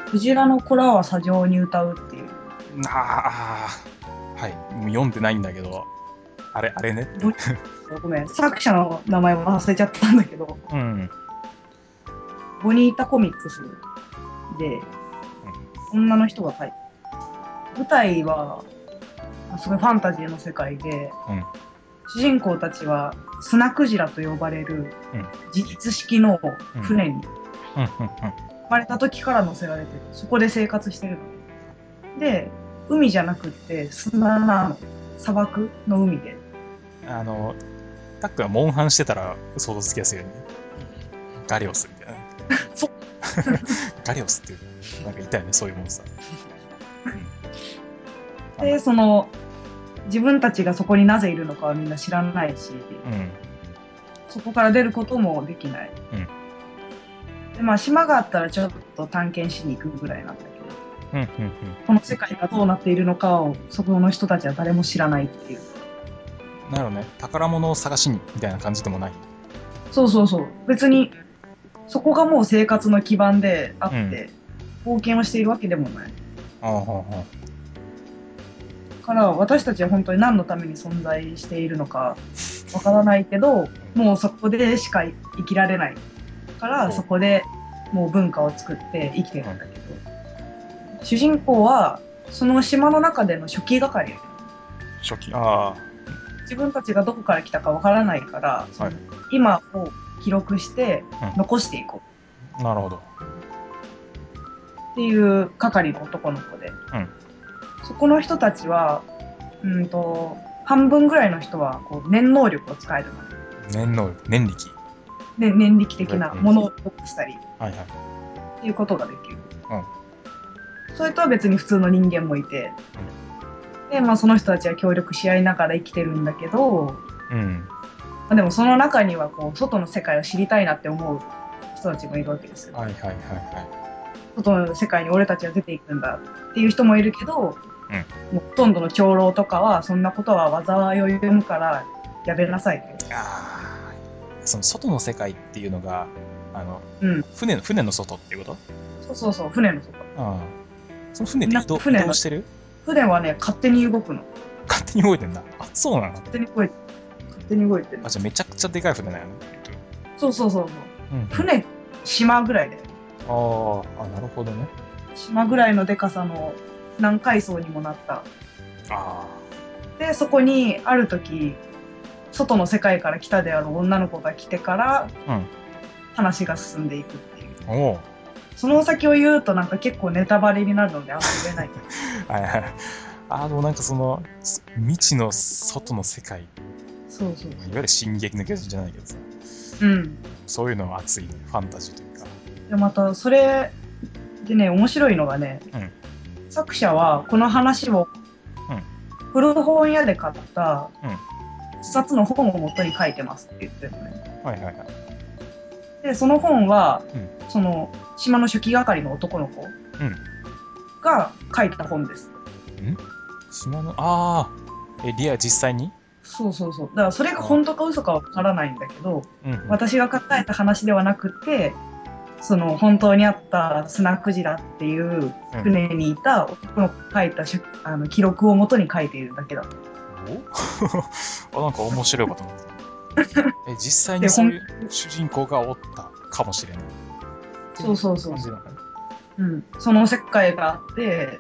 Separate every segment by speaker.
Speaker 1: クジラの子らは砂上に歌うっていう。
Speaker 2: ああ、はい。もう読んでないんだけど、あれねって。
Speaker 1: ごめん、作者の名前忘れちゃったんだけど、
Speaker 2: うん。
Speaker 1: ボニータコミックスで、女の人が書いて、舞台は、すごいファンタジーの世界で、
Speaker 2: うん。
Speaker 1: 主人公たちは砂クジラと呼ばれる
Speaker 2: うん。
Speaker 1: 自立式の
Speaker 2: うん。
Speaker 1: 船に
Speaker 2: うん。うん。
Speaker 1: 生まれた時から乗せられてる。そこで生活してるの。で、海じゃなくって砂なの。砂漠の海で。
Speaker 2: あの、タックがモンハンしてたら想像つきやすいよね。ガリオスみたいな。
Speaker 1: そう。
Speaker 2: ガリオスっていう、なんかいたよね、そういうモンスター。うん。なんだ。
Speaker 1: で、自分たちがそこになぜいるのかはみんな知らないし、
Speaker 2: うん。
Speaker 1: そこから出ることもできない。
Speaker 2: うん。
Speaker 1: で、まあ、島があったらちょっと探検しに行くぐらいなんだけど、
Speaker 2: うん。うん。うん。
Speaker 1: この世界がどうなっているのかを、そこの人たちは誰も知らないっていう。
Speaker 2: なるほどね。宝物を探しに、みたいな感じでもない。
Speaker 1: そうそうそう。別に、そこがもう生活の基盤であ
Speaker 2: うん。
Speaker 1: って、冒険をしているわけでもない。
Speaker 2: ああ、ほうほ
Speaker 1: から私たちは本当に何のために存在しているのかわからないけど、もうそこでしか生きられないか
Speaker 2: う。
Speaker 1: ら、
Speaker 2: ほう。
Speaker 1: そこでもう文化を作って生きて
Speaker 2: うん。
Speaker 1: るんだけど、主人公はその島の中での初期係。
Speaker 2: 初期、あ
Speaker 1: 自分たちがどこから来たかわからないから、
Speaker 2: あ、はい。
Speaker 1: 今を記録して
Speaker 2: う
Speaker 1: 残していこ
Speaker 2: ん。なるほど。
Speaker 1: うっていう係の男の子で、
Speaker 2: うん。
Speaker 1: そこの人たちは、半分ぐらいの人はこう念能力を使えるのね。
Speaker 2: 念能力、念力。
Speaker 1: で、念力
Speaker 2: いわ
Speaker 1: 的
Speaker 2: ゆる念力。
Speaker 1: なものを動かしたり
Speaker 2: はいはい。
Speaker 1: っていうことができる。
Speaker 2: うん。
Speaker 1: それとは別に普通の人間もいて、で、まあその人たちは協力し合いながら生きてるんだけど、
Speaker 2: うん。うん。
Speaker 1: まあ、でもその中にはこう外の世界を知りたいなって思う人たちもいるわけですよ。
Speaker 2: はいはいはいは
Speaker 1: 外の世界に俺たちは出ていくんだっていう人もいるけど、
Speaker 2: い。うん。
Speaker 1: もうほとんどの長老とかはそんなことは災いを読むからやめなさいという。
Speaker 2: ああ、その外の世界っていうのが、あの、
Speaker 1: うん。
Speaker 2: 船の外っていうこと？
Speaker 1: そうそうそう、船の外。
Speaker 2: ああ。その船
Speaker 1: みんな
Speaker 2: で移
Speaker 1: 船の、
Speaker 2: 動してる？
Speaker 1: 船はね、勝手に動くの。
Speaker 2: 勝手に動いてんだ。あ、そうなの？
Speaker 1: 勝手に動いて、勝手に動いてる。
Speaker 2: あ、じゃあめちゃくちゃでかい船だよね。
Speaker 1: そうそうそうそう。
Speaker 2: うんうん。
Speaker 1: 船、島ぐらいだよ。
Speaker 2: ああ、あ、なるほどね。
Speaker 1: 島ぐらいのでかさの何階層にもなった。
Speaker 2: あ
Speaker 1: で、そこにある時、外の世界から来たである女の子が来てから
Speaker 2: あ。うん。
Speaker 1: 話が進んでいくっていう。
Speaker 2: おお。
Speaker 1: その先を言うとなんか結構ネタバレになるのであんま言えない。
Speaker 2: はいはい。でもなんかその、未知の外の世界、い
Speaker 1: そうそうそ
Speaker 2: わゆる進撃の巨人じゃないけどさ、
Speaker 1: う。うん。
Speaker 2: そういうのは熱いね。ファンタジーというか。
Speaker 1: で、またそれでね、面白いのがね、
Speaker 2: うん。
Speaker 1: 作者はこの話を
Speaker 2: うん。
Speaker 1: 古本屋で買った
Speaker 2: うん。
Speaker 1: 一冊の本を元に書いてますって言ってるのね。
Speaker 2: はいはいはい。
Speaker 1: で、その本は、
Speaker 2: うん。
Speaker 1: その島の初期係の男の子
Speaker 2: うん。
Speaker 1: が書いた本です。
Speaker 2: ん島の、ああ、実際に？
Speaker 1: そうそうそう。だからそれが
Speaker 2: あ
Speaker 1: 本当か嘘かわからないんだけど、
Speaker 2: うんうん。
Speaker 1: 私が考えた話ではなくて、その本当にあったスナクジラっていう
Speaker 2: うん。
Speaker 1: 船にいた男の子が書いた記録をもとに書いているだけだ。
Speaker 2: おなんか面白いことになってる。実際に
Speaker 1: で、
Speaker 2: そういう主人公がおったかもしれない。っていう
Speaker 1: そうそうそうそう。
Speaker 2: 感じなのかね。
Speaker 1: うん。その世界があって、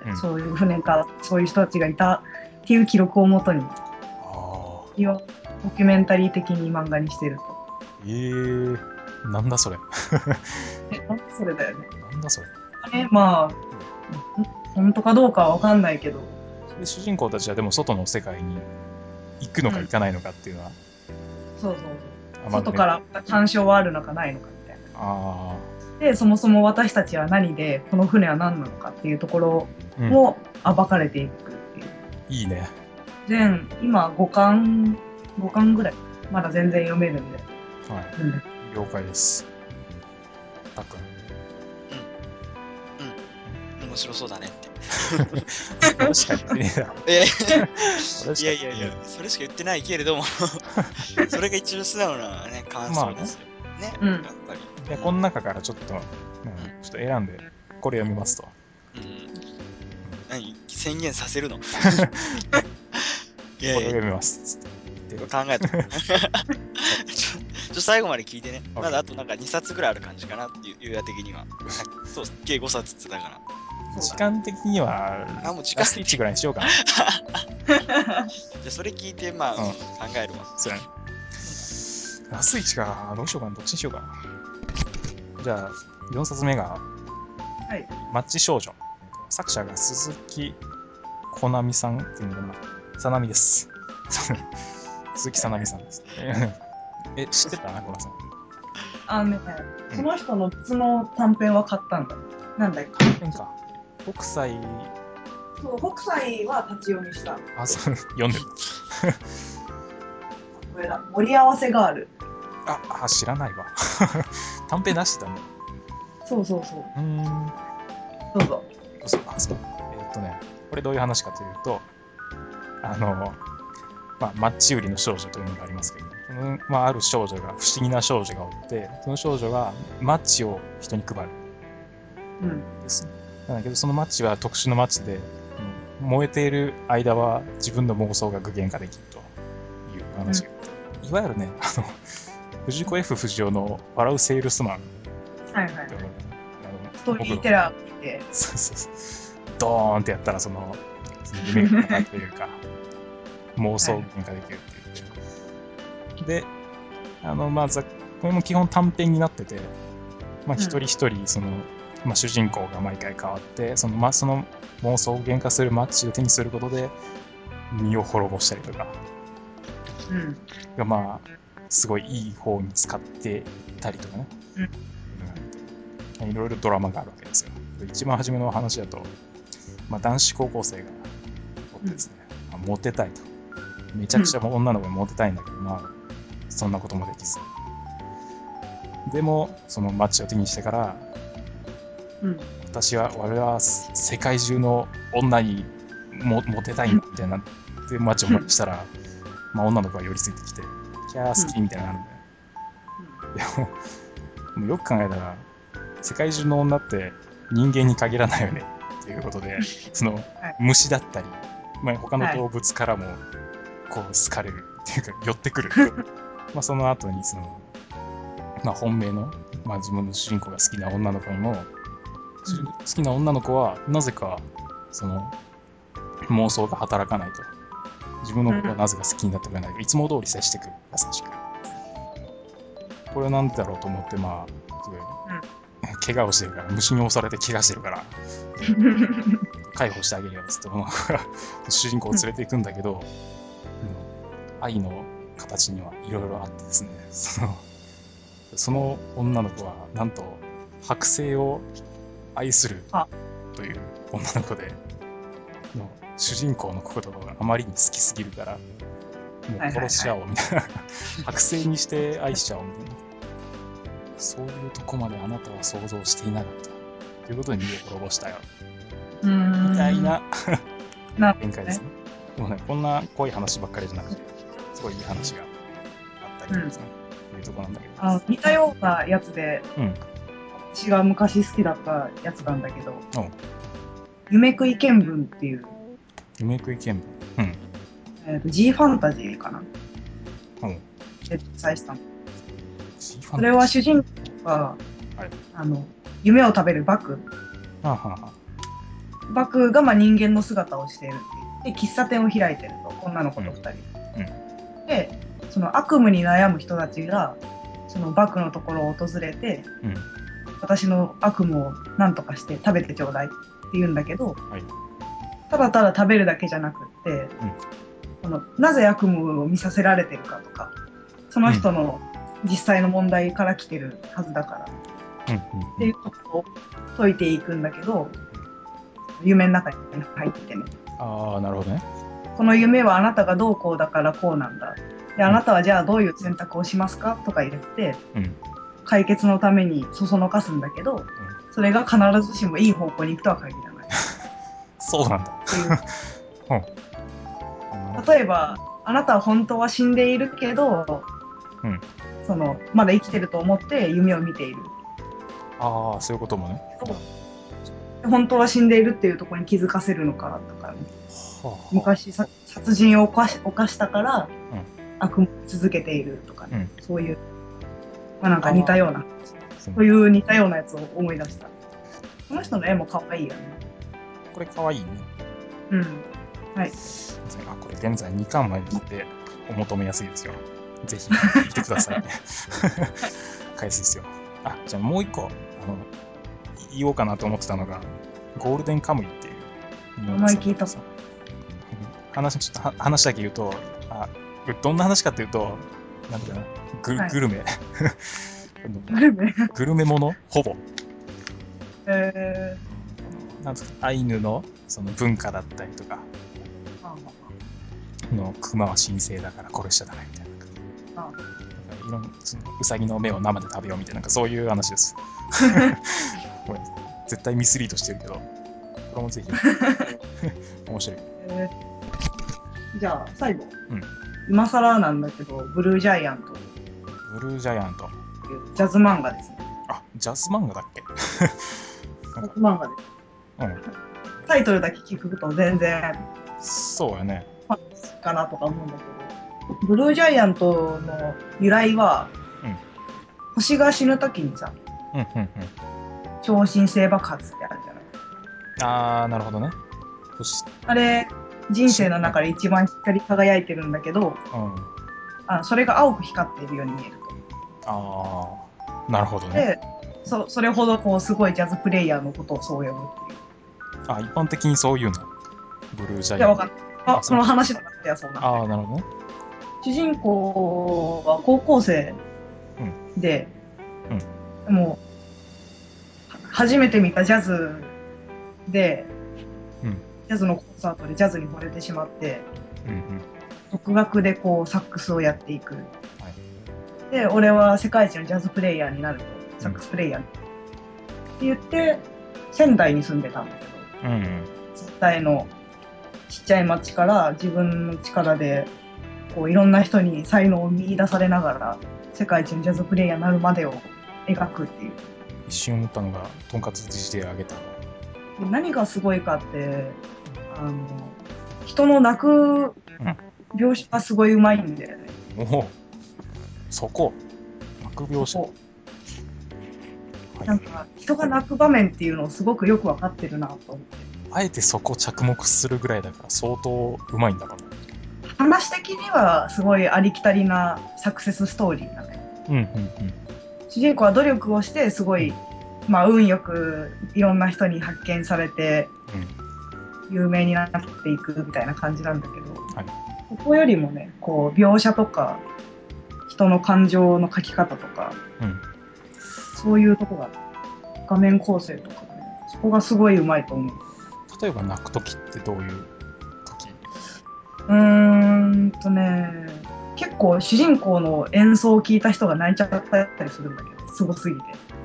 Speaker 2: うん。
Speaker 1: そういう船か、そういう人たちがいたっていう記録をもとに、
Speaker 2: ああ。
Speaker 1: ドキュメンタリー的に漫画にしてると。
Speaker 2: なんだそれ。
Speaker 1: なんかそれだよね。
Speaker 2: なんだそれ。
Speaker 1: ね、まあ、
Speaker 2: うん。
Speaker 1: 本当かどうかはわかんないけど、
Speaker 2: それで主人公たちはでも外の世界に行くの
Speaker 1: うん。
Speaker 2: か行かないのかっていうのは、
Speaker 1: そうそうそう。
Speaker 2: まだね、
Speaker 1: 外から干渉はあるのかないのかみたいな。
Speaker 2: あ
Speaker 1: で、そもそも私たちは何で、この船は何なのかっていうところ
Speaker 2: うん、
Speaker 1: も暴かれていくっていう。
Speaker 2: いいね。
Speaker 1: 今5巻ぐらい。まだ全然読めるんで。
Speaker 2: は
Speaker 1: うん。
Speaker 2: い。了解です。たっくん。
Speaker 3: うん、うん。面白そうだねって。
Speaker 2: 俺しか言ってねえな。
Speaker 3: いやい
Speaker 2: 俺しか
Speaker 3: やいやいや、
Speaker 2: 言ってね
Speaker 3: それしか言ってないけれどもそれが一番素直なね、
Speaker 2: え。
Speaker 3: 感
Speaker 2: まあね。
Speaker 3: 想ですよ。ね、
Speaker 1: うん。
Speaker 3: やっぱり。
Speaker 2: で、この中からちょっと、ちょっと選んで、これ読みますと。
Speaker 3: 何宣言させるのい
Speaker 2: こ
Speaker 3: やいや、
Speaker 2: れを読みますつって言って
Speaker 3: 考えて最後まで聞いてね。
Speaker 2: OK
Speaker 3: まだあとなんか2冊ぐらいある感じかなっていう、ゆうや的には。そう、計5冊って言ってたか
Speaker 2: 時間的には
Speaker 3: あもう時間
Speaker 2: ラスト1ぐらいにしようかな。
Speaker 3: ら。じゃあそれ聞いて、まあ、
Speaker 2: うん
Speaker 3: 考えるわ。
Speaker 2: そうやね。ラスト1か。どうしようかな。どっちにしようかな。じゃあ、4冊目が、
Speaker 1: はい。
Speaker 2: マッチ少女。作者が鈴木こなみさんっていうのかな。さなみです。鈴木さなみさんです。知ってたな、こなさん。
Speaker 1: あのね、その人の別の短編は買ったんだ。なんだっけ。
Speaker 2: 変か。北斎、
Speaker 1: そう、北斎は立ち読みした。
Speaker 2: あ、そう、読んでる。
Speaker 1: これだ。盛り合わせガール。
Speaker 2: 知らないわ。短編出してたんだ。
Speaker 1: そうそうそう。どうぞ。
Speaker 2: そうこれどういう話かというと、マッチ売りの少女というのがありますけど、ある少女が、不思議な少女がおって、その少女がマッチを人に配るんです。なんだけど、そのマッチは特殊なマッチで、燃えている間は自分の妄想が具現化できるという話があって、いわゆるね、藤子 F 不二雄の笑うセールスマン
Speaker 1: はいはい。ストーリーテラーで。
Speaker 2: そうそうそう。ドーンってやったら、その夢がというか、妄想具現化できるっていう。で、これも基本短編になってて、一人一人、主人公が毎回変わって、その妄想を具現化するマッチを手にすることで、身を滅ぼしたりとか、がすごいいい方に使っていったりとかね。いろいろドラマがあるわけですよ。一番初めの話だと、男子高校生がおってですね、モテたいと。めちゃくちゃ女の子にモテたいんだけど、そんなこともできず。でも、そのマッチを手にしてから、俺は世界中の女にモテたいんだみたいな、でマッチを持したら、女の子が寄りついてきて、キャー好きみたいなのがあるんだよ。でもよく考えたら、世界中の女って人間に限らないよねっていうことで、虫だったり、他の動物からもこう好かれるっていうか寄ってくる。その後に本命の、自分の主人公が好きな女の子にも、好きな女の子はなぜか妄想が働かないと。自分のことはなぜか好きになってくれないと。いつも通り接してくる。優しく。これはなんでだろうと思って、すごい、怪我をしてるから、虫に襲われて怪我してるから、介抱してあげるよっつって、主人公を連れて行くんだけど、愛の形にはいろいろあってですね、その女の子は、なんと、剥製を愛するという女の子で、主人公のことがあまりに好きすぎるから、もう殺しちゃおうみたいな、剥製にして愛しちゃおうみたいな。そういうとこまであなたは想像していなかったということで身を滅ぼしたよみたいな展開ですね。でもね、こんな濃い話ばっかりじゃなくて、すごいいい話があったりですね、というところなんだけど。
Speaker 1: 似たようなやつで、私が昔好きだったやつなんだけど、夢食い見聞っていう。
Speaker 2: 夢食い見聞。
Speaker 1: G ファンタジーかな。連載したの。それは主人公が、夢を食べるバク。バクが人間の姿をしているっていう。で、喫茶店を開いてると、女の子と2人。で、その悪夢に悩む人たちが、そのバクのところを訪れて、私の悪夢を何とかして食べてちょうだいって言うんだけど、ただただ食べるだけじゃなくって、なぜ悪夢を見させられてるかとか、その人の実際の問題から来てるはずだから、っていうことを解いていくんだけど、夢の中に入ってね。
Speaker 2: なるほどね。
Speaker 1: この夢はあなたがどうこうだからこうなんだ。で、あなたはじゃあどういう選択をしますかとか言って、解決のためにそそのかすんだけど、それが必ずしもいい方向に行くとは限らない。
Speaker 2: そうなんだ。
Speaker 1: 例えば、あなたは本当は死んでいるけど、まだ生きてると思って夢を見ている。
Speaker 2: そういうこともね。
Speaker 1: 本当は死んでいるっていうところに気づかせるのかとか、ね、
Speaker 2: はあ、
Speaker 1: 昔殺人を犯したから、
Speaker 2: うん、
Speaker 1: 悪夢を続けているとかね、そういう、まあなんか似たような、
Speaker 2: そ
Speaker 1: そういう似たようなやつを思い出した。この人の絵も可愛いよね。
Speaker 2: これかわいいね。
Speaker 1: うん。はい。
Speaker 2: あ、これ現在2巻まで来てお求めやすいですよ。ぜひ見てくださいね。買いやすいですよ。あ、じゃあもう一個、言おうかなと思ってたのが、ゴールデンカムイっていうの
Speaker 1: 名前聞いた。
Speaker 2: ちょっと話だけ言うと、どんな話かっていうと、なんだかな、グルメ。
Speaker 1: グルメ
Speaker 2: グルメものほぼ。なんですか、アイヌのその文化だったりとか、熊は神聖だから殺しちゃダメみたいな。いろんなウサギの目を生で食べようみたいな、そういう話です。これ絶対ミスリードしてるけど、これもぜひ面白い。
Speaker 1: じゃあ最後、今更なんだけど、ブルージャイアント。
Speaker 2: ブルージャイアント。
Speaker 1: ジャズ漫画ですね。
Speaker 2: あ、ジャズ漫画だっけ？
Speaker 1: ジャズ漫画です。タイトルだけ聞くと全然、
Speaker 2: そうやね。
Speaker 1: かなとか思うんだけど、ブルージャイアントの由来は、星が死ぬときにさ、超新星爆発ってあるじゃない。
Speaker 2: なるほどね。
Speaker 1: あれ、人生の中で一番光り輝いてるんだけど、それが青く光っているように見える
Speaker 2: と。なるほどね。
Speaker 1: で、それほどこうすごいジャズプレイヤーのことをそう呼ぶっていう。
Speaker 2: 一般的にそういうの。ブルージャイアント。
Speaker 1: いや、わかんない。この話の中ではそうなんだ。
Speaker 2: なるほどね。
Speaker 1: 主人公は高校生で、でも、初めて見たジャズで、ジャズのコンサートでジャズに惚れてしまって、独学でこうサックスをやっていく。で、俺は世界一のジャズプレイヤーになると、サックスプレイヤーって言って、仙台に住んでたんだけど、仙台のちっちゃい町から自分の力でこういろんな人に才能を見出されながら世界一のジャズプレイヤーになるまでを描くっていう。
Speaker 2: 一瞬思ったのがとんかつ自であげた。
Speaker 1: で何がすごいかって人の泣く描写がすごいうまいんだよね。
Speaker 2: そこ泣く描写。
Speaker 1: なんか人が泣く場面っていうのをすごくよく分かってるなと思って。
Speaker 2: あえてそこ着目するぐらいだから相当うまいんだろうね。
Speaker 1: 話的にはすごいありきたりなサクセスストーリーなのよ。主人公は努力をしてすごい、運よくいろんな人に発見されて有名になっていくみたいな感じなんだけど、ここよりもねこう描写とか人の感情の書き方とか、そういうとこが画面構成とかね、そこがすごいうまいと思う。
Speaker 2: 例えば泣く時ってどういう時？
Speaker 1: 結構主人公の演奏を聞いた人が泣いちゃったりするんだけど、すごすぎて。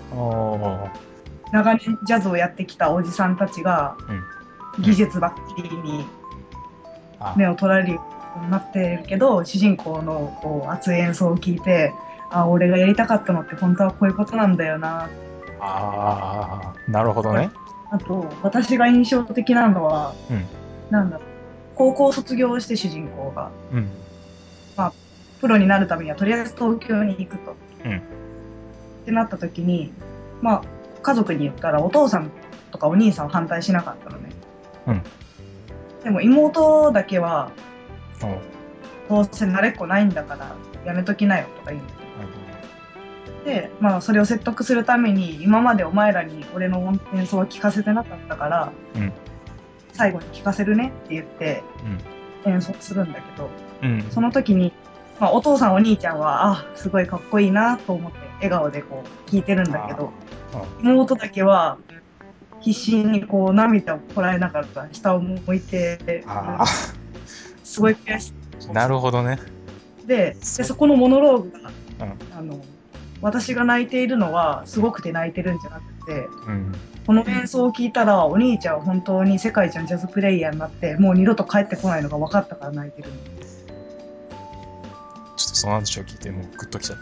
Speaker 1: 長年ジャズをやってきたおじさんたちが、技術ばっかりに目を取られるようになってるけど、主人公のこう熱い演奏を聞いて、俺がやりたかったのって本当はこういうことなんだよな。
Speaker 2: なるほどね。
Speaker 1: あと、私が印象的なのは、なんだろう、高校卒業して主人公が、プロになるためにはとりあえず東京に行くと。ってなった時に、家族に言ったらお父さんとかお兄さんは反対しなかったのね。でも妹だけは、どうせ慣れっこないんだからやめときなよとか言うんだけど。で、それを説得するために今までお前らに俺の演奏は聞かせてなかったから、最後に聞かせるねって言って演奏するんだけど、その時に、お父さんお兄ちゃんはすごいかっこいいなと思って笑顔でこう聞いてるんだけど、妹だけは必死にこう涙をこらえながら下を向いて、すごい悔しい。
Speaker 2: なるほどね。
Speaker 1: でそこのモノローグが、私が泣いているのはすごくて泣いてるんじゃなくて、この演奏を聞いたらお兄ちゃんは本当に世界一のジャズプレイヤーになってもう二度と帰ってこないのが分かったから泣いてるんです。
Speaker 2: ちょっとその話を聞いてもうグッときちゃ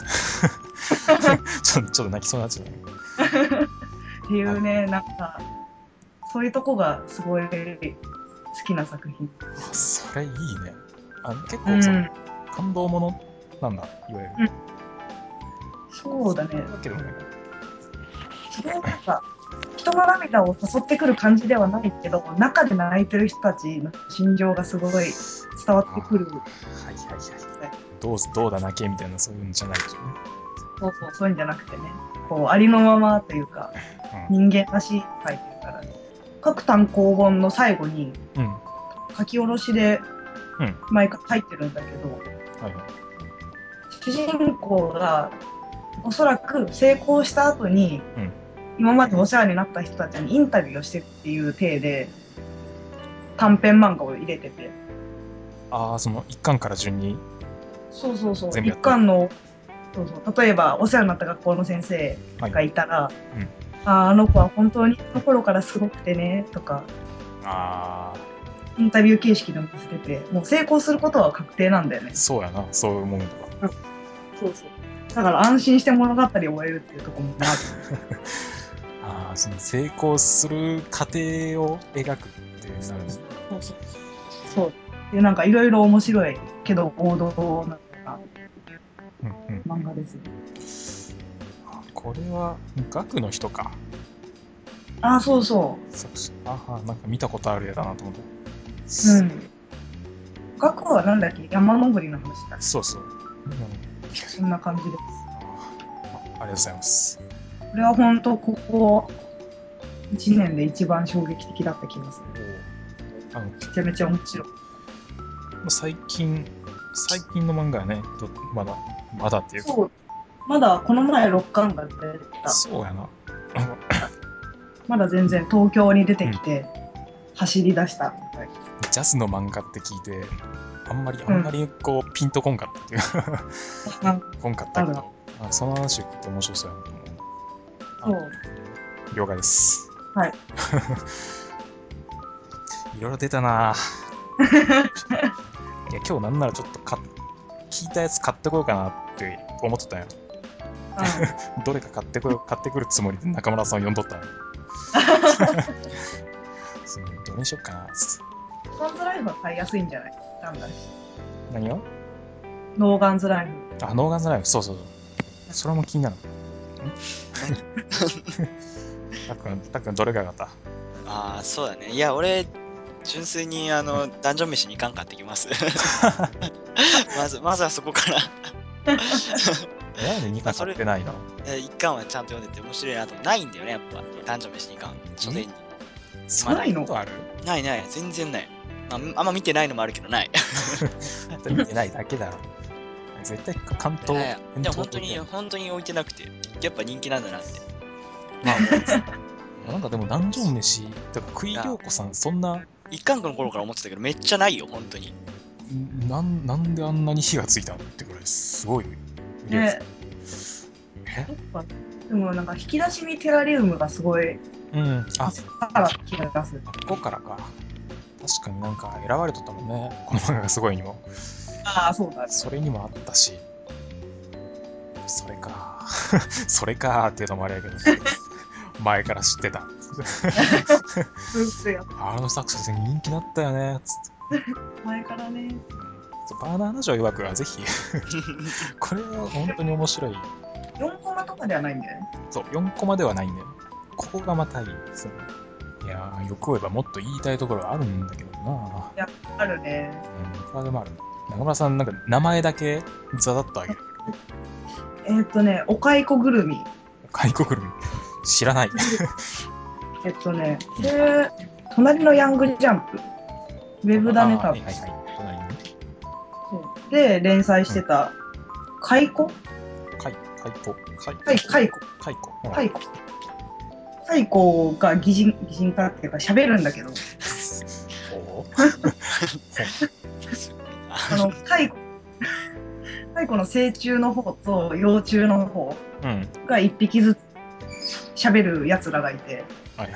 Speaker 2: ったちょっと泣きそうになっちゃったって
Speaker 1: いうね、なんかそういうとこがすごい好きな作品。
Speaker 2: あ、それいいね。結構感動ものなんだ、いわゆる。
Speaker 1: うん、そうだね。
Speaker 2: そういうわけでもないか。
Speaker 1: それはなんか、人の涙を誘ってくる感じではないけど、中で泣いてる人たちの心情がすごい伝わってくる。
Speaker 2: はいはいはい。どうだ泣けみたいな、そういうんじゃないですよね。
Speaker 1: そういうんじゃなくてね、こう、ありのままというか、人間らしい書いてるからね。各単行本の最後に、書き下ろしで毎回入ってるんだけど、主人公がおそらく成功した後に、今までお世話になった人たちにインタビューをしてっていう体で短編漫画を入れてて。
Speaker 2: ああ、その一巻から順に。
Speaker 1: そう一巻の、例えばお世話になった学校の先生がいたら、あの子は本当にその頃からすごくてねとか、インタビュー形式でも見せてて、もう成功することは確定なんだよね。
Speaker 2: そうやな、そういうものとか。
Speaker 1: だから安心して物語を終えるっていうところもある。
Speaker 2: その成功する過程を描くっていうなるんですね。
Speaker 1: そう。で、なんかいろいろ面白いけど王道な漫画です。
Speaker 2: これは学の人か。
Speaker 1: そうそう。
Speaker 2: なんか見たことある絵だなと思った。
Speaker 1: 学はなんだっけ、山登りの話だっけ。
Speaker 2: そう。
Speaker 1: そんな感じです。
Speaker 2: ありがとうございます。
Speaker 1: これは本当ここ1年で一番衝撃的だった気がする。めちゃめちゃ面白い。
Speaker 2: 最近の漫画やね。まだっていうか。
Speaker 1: そう。まだこの前6巻が出た。
Speaker 2: そうやな。
Speaker 1: まだ全然東京に出てきて走り出した。
Speaker 2: ジャズの漫画って聞いて、あんまりこうピンとこんかったっていうこんかったけど、その話を聞いて面白そうやなと思う。了解です。
Speaker 1: はい。
Speaker 2: いろいろ出たないや、今日なんならちょっと聞いたやつ買ってこようかなって思ってたよ。どれか買ってくるつもりで中村さんを呼んどったよ。どれにしよっかなつって。
Speaker 1: ノーガンズライフは買いやすいんじゃない？
Speaker 2: 何を？
Speaker 1: ノーガンズライフ。
Speaker 2: ノーガンズライフ、そう。それも気になる。たっくんどれがよかった？
Speaker 3: そうだね。いや、俺、純粋にダンジョン飯2巻買ってきます。まずはそこから。
Speaker 2: なんで2巻買ってないの
Speaker 3: ？1巻はちゃんと読んでて面白いなと。ないんだよね、やっぱ。ダンジョン飯2巻。書店に。
Speaker 2: ないのある？
Speaker 3: ない、全然ない。あんま見てないのもあるけど、ない。
Speaker 2: 見てないだけだろ。絶対関東。
Speaker 3: でも本当に置いてなくて、やっぱ人気なんだなって。
Speaker 2: なんかでもダンジョン飯とか食いりょうこさんそんな
Speaker 3: 一巻の頃から思ってたけどめっちゃないよ本当に。
Speaker 2: なんであんなに火がついたってぐらいすごい
Speaker 1: ね。でもなんか引き出しにテラリウムがすごい気がする。
Speaker 2: ここからか。確かになんか選ばれとったもんね、この漫画がすごいにも。
Speaker 1: そうだ。
Speaker 2: それにもあったし、それかっていうのもあれやけど前から知ってた。あの作者人気だったよねつって
Speaker 1: 前からね。
Speaker 2: バーナーナジョー曰くはぜひこれは本当に面白い。
Speaker 1: 4コマとかではないんだよね。
Speaker 2: そう、4コマではないんだよ。ここがまたいいですよね。いやー、よく言えばもっと言いたいところはあるんだけどな。
Speaker 1: いや、あるね。
Speaker 2: いくらでもある。中村さん、なんか名前だけザザッとあげる。
Speaker 1: おかいこぐるみ。
Speaker 2: おかいこぐるみ。知らない。
Speaker 1: 隣のヤングジャンプ。ウェブだね、多分。
Speaker 2: 隣にね。
Speaker 1: で、連載してた、かいこが擬人化っていうか喋るんだけど。かいこの成虫の方と幼虫の方が1匹ずつ喋る奴らがいて。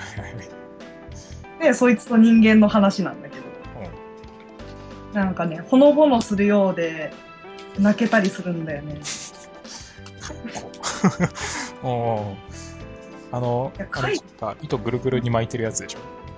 Speaker 1: で、そいつと人間の話なんだけど。なんかね、ほのぼのするようで泣けたりするんだよね。
Speaker 2: 糸ぐるぐるに巻いてるやつでしょ。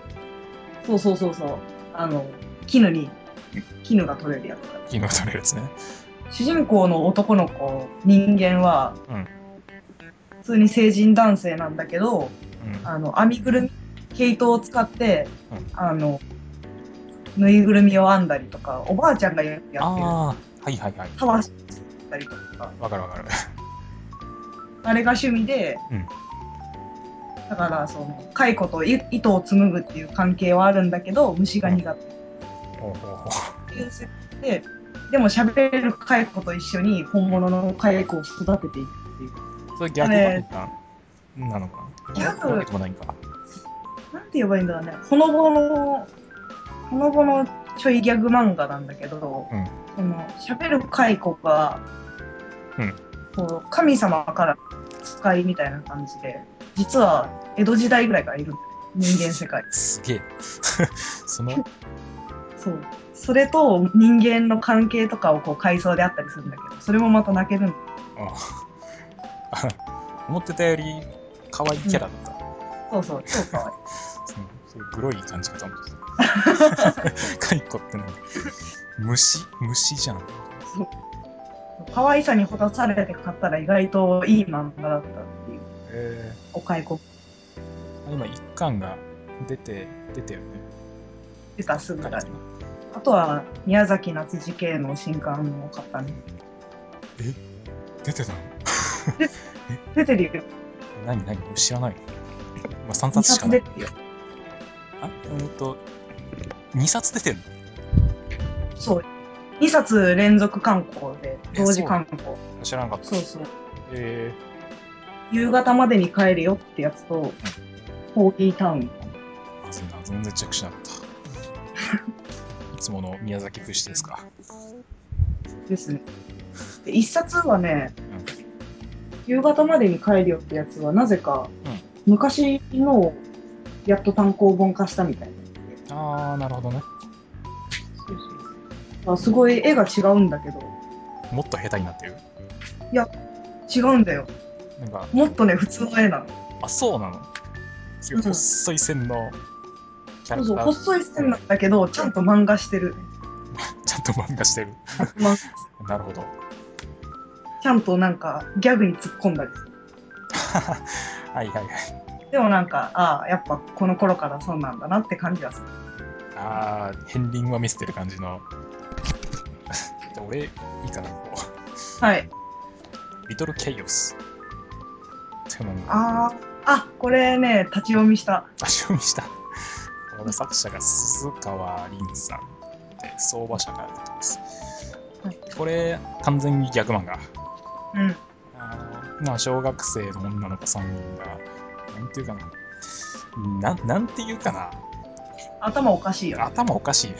Speaker 1: そうそうそうそう。絹が取れるやつだ。
Speaker 2: 金が取れるやつね。
Speaker 1: 主人公の男の子、人間は、
Speaker 2: うん。
Speaker 1: 普通に成人男性なんだけど、
Speaker 2: うん。
Speaker 1: 編みぐるみ、毛糸を使って、
Speaker 2: うん
Speaker 1: ぬいぐるみを編んだりとか、おばあちゃんがやってる、
Speaker 2: ああ、はいはいはい。
Speaker 1: たわしったりとか、
Speaker 2: わかるわかる。
Speaker 1: あれが趣味で、
Speaker 2: うん。
Speaker 1: だから蚕と糸を紡ぐっていう関係はあるんだけど、虫が苦手っ
Speaker 2: ほうほうほ
Speaker 1: ていう設定で、でも喋れる蚕と一緒に本物の蚕を育てていくっていう。
Speaker 2: う。それ逆漫画なのかな。
Speaker 1: ギャグ、
Speaker 2: わけでもないんか。
Speaker 1: なんて言えばいいんだろうね。ほのぼのちょいギャグ漫画なんだけど、
Speaker 2: うん。
Speaker 1: 喋る蚕が、
Speaker 2: うん。
Speaker 1: こう神様から使いみたいな感じで、実は江戸時代ぐらいからいるんだよ。人間世界。
Speaker 2: すげえ。その、
Speaker 1: そう。それと人間の関係とかをこう回想であったりするんだけど、それもまた泣けるんだよ。
Speaker 2: あ思ってたより可愛いキャラだった。
Speaker 1: そうそう、超可愛い。
Speaker 2: そういうグロい感じかと思ってた。カイコって何虫じゃん。
Speaker 1: そう。可愛さにほだされて買ったら意外といい漫画だったっていう。お蚕
Speaker 2: 今一巻が出たよね。
Speaker 1: 出たすぐだね。あとは宮崎夏次系の新刊を買ったね。
Speaker 2: え出てたの
Speaker 1: 出てるよ。
Speaker 2: 何知らない。まあ、3
Speaker 1: 2
Speaker 2: 冊しかない。
Speaker 1: 冊出てるよ。
Speaker 2: あ2冊出てるの
Speaker 1: そう。2冊連続刊行で、同時刊行。
Speaker 2: 知らなかった。
Speaker 1: そうそう。
Speaker 2: え
Speaker 1: 夕方までに帰れよってやつと、コーギータウン。
Speaker 2: まずいな、全然チェックしなかった。いつもの宮崎節ですか。
Speaker 1: ですね。で、1冊はね、夕方までに帰るよってやつは、なぜか、昔のやっと単行本化したみたいな。
Speaker 2: あー、なるほどね。
Speaker 1: そうそう。すごい絵が違うんだけど。
Speaker 2: もっと下手になってる。
Speaker 1: いや、違うんだよ。
Speaker 2: なんか、
Speaker 1: もっとね、普通の絵なの。
Speaker 2: あ、そうなの。すごい細い線のキャ
Speaker 1: そうそう、
Speaker 2: ラクター。
Speaker 1: 細い線なんだけど、ちゃんと漫画してる。
Speaker 2: ちゃんと漫画してる。なるほど。
Speaker 1: ちゃんとなんか、ギャグに突っ込んだりする。
Speaker 2: はいはいはい。
Speaker 1: でもなんか、ああ、やっぱこの頃からそうなんだなって感じがする。
Speaker 2: あー、片鱗は見せてる感じの。じゃあ俺、いいかな、こ
Speaker 1: はい。
Speaker 2: う。リトルケイオス。っていうのが、
Speaker 1: これね、立ち読みした。
Speaker 2: 読みした。これ作者が鈴川凛さんで、相場社から出てます。これ、完全に逆漫画。
Speaker 1: うん。
Speaker 2: まあ、小学生の女の子3人が、なんていうかな。なんていうかな。
Speaker 1: 頭おかしいよね。
Speaker 2: 頭おかしい。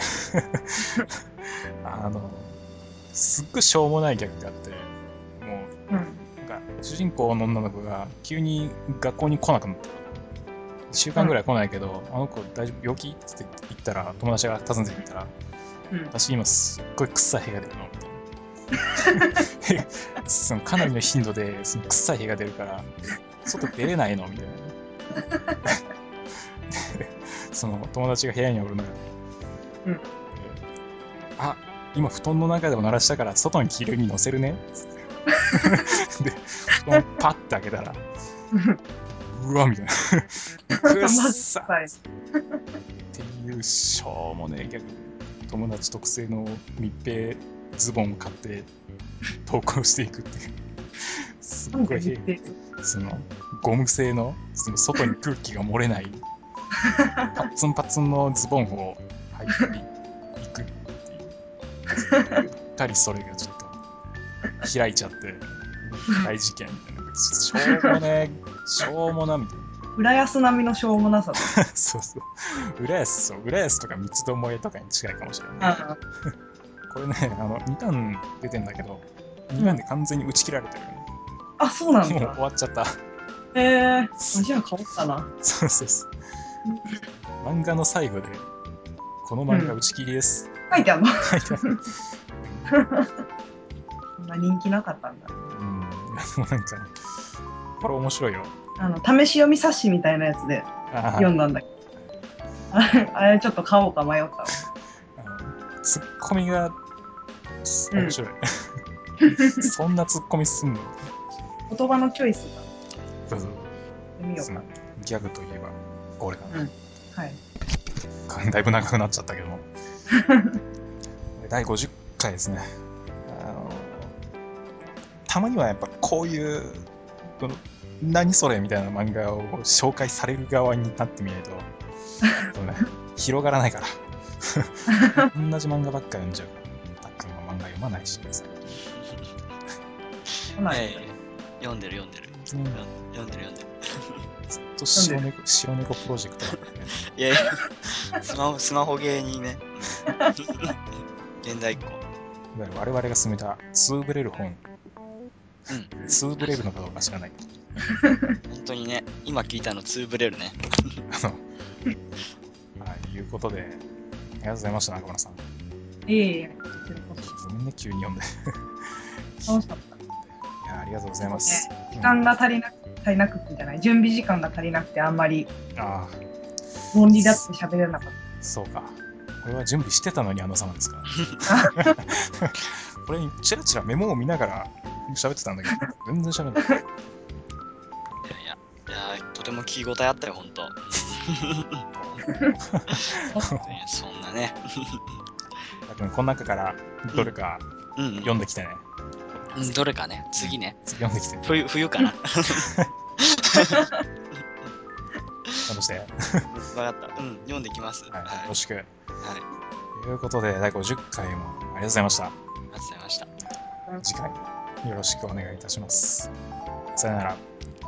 Speaker 2: すっごいしょうもないギャグがあって、もう、なんか、主人公の女の子が急に学校に来なくなった。1週間ぐらい来ないけど、あの子大丈夫病気って言ったら、友達が訪ねていったら、私今すっごい臭い屁が出るのみたいな。そのかなりの頻度でその臭い屁が出るから、外出れないのみたいな。その友達が部屋におる中で、あ、今布団の中でも鳴らしたから外に着るに乗せるねで、布団パッて開けたら、うわみたいな。くっさっていうしょうもねえギャグ。友達特製の密閉ズボンを買って投稿していくっていう。すっごいそのゴム製のその外に空気が漏れないパッツンパツンのズボンを履いていくっていう。うっかりそれがちょっと開いちゃって大事件みたいな。しょうもねえ、しょうもなみたいな。
Speaker 1: 浦安並みのしょうもなさだ。
Speaker 2: そうそう。浦安とか三つどもえとかに近いかもしれない。これね、2巻出てんだけど、2巻で完全に打ち切られてる。
Speaker 1: あ、そうなんだ。
Speaker 2: もう終わっちゃった。
Speaker 1: じゃあ変わったな。
Speaker 2: そうそうそう。漫画の最後で、この漫画打ち切りです。
Speaker 1: 書いてあるの
Speaker 2: 書いてある。
Speaker 1: そんな人気なかったんだ。
Speaker 2: でもなんか、これ面白いよ。
Speaker 1: 試し読み冊子みたいなやつで読んだんだけど。 あれちょっと買おうか迷ったわ。
Speaker 2: ツッコミが面白い。そんなツッコミすんの？
Speaker 1: 言葉のチョイスが
Speaker 2: そうそう
Speaker 1: 見ようか。
Speaker 2: ギャグといえば、これかな。
Speaker 1: はい。
Speaker 2: だいぶ長くなっちゃったけども。第50回ですね。たまにはやっぱこういう、何それみたいな漫画を紹介される側になってみないと、広がらないから。同じ漫画ばっか読んじゃう。たっくんは漫画読まないし、
Speaker 3: 読んでる。読んでる。
Speaker 2: ずっと白猫プロジェクトなんだよね。
Speaker 3: いやいや、スマホゲーにね、現在っ子。
Speaker 2: 我々が勧めたツーブレる本。ツーブレるのかどうか知らないけど。
Speaker 3: 本当にね、今聞いたのツーブレるね。
Speaker 2: いうことで、ありがとうございました、中村さん。
Speaker 1: いえ、
Speaker 2: ごめんね、急に読んで。
Speaker 1: 楽しかった。
Speaker 2: いや、ありがとうございます。
Speaker 1: 時間が足りなくてじゃない、準備時間が足りなくてあんまり論理だって喋れなかった。
Speaker 2: そうか。これは準備してたのにあの様ですか。これにチラチラメモを見ながら喋ってたんだけど、全然喋んない。い
Speaker 3: や、とても聞き応えあったよ、ほんと。そんなね。
Speaker 2: この中からどれか読んできてね。
Speaker 3: どれかね、次ね。
Speaker 2: 次読んできて。
Speaker 3: 冬かな。
Speaker 2: どうして？
Speaker 3: わかった。読んできます。
Speaker 2: はい、よろしく。
Speaker 3: はい。
Speaker 2: ということで、第50回もありがとうございました。
Speaker 3: ありがとうございました。
Speaker 2: 次回よろしくお願いいたします。さよなら。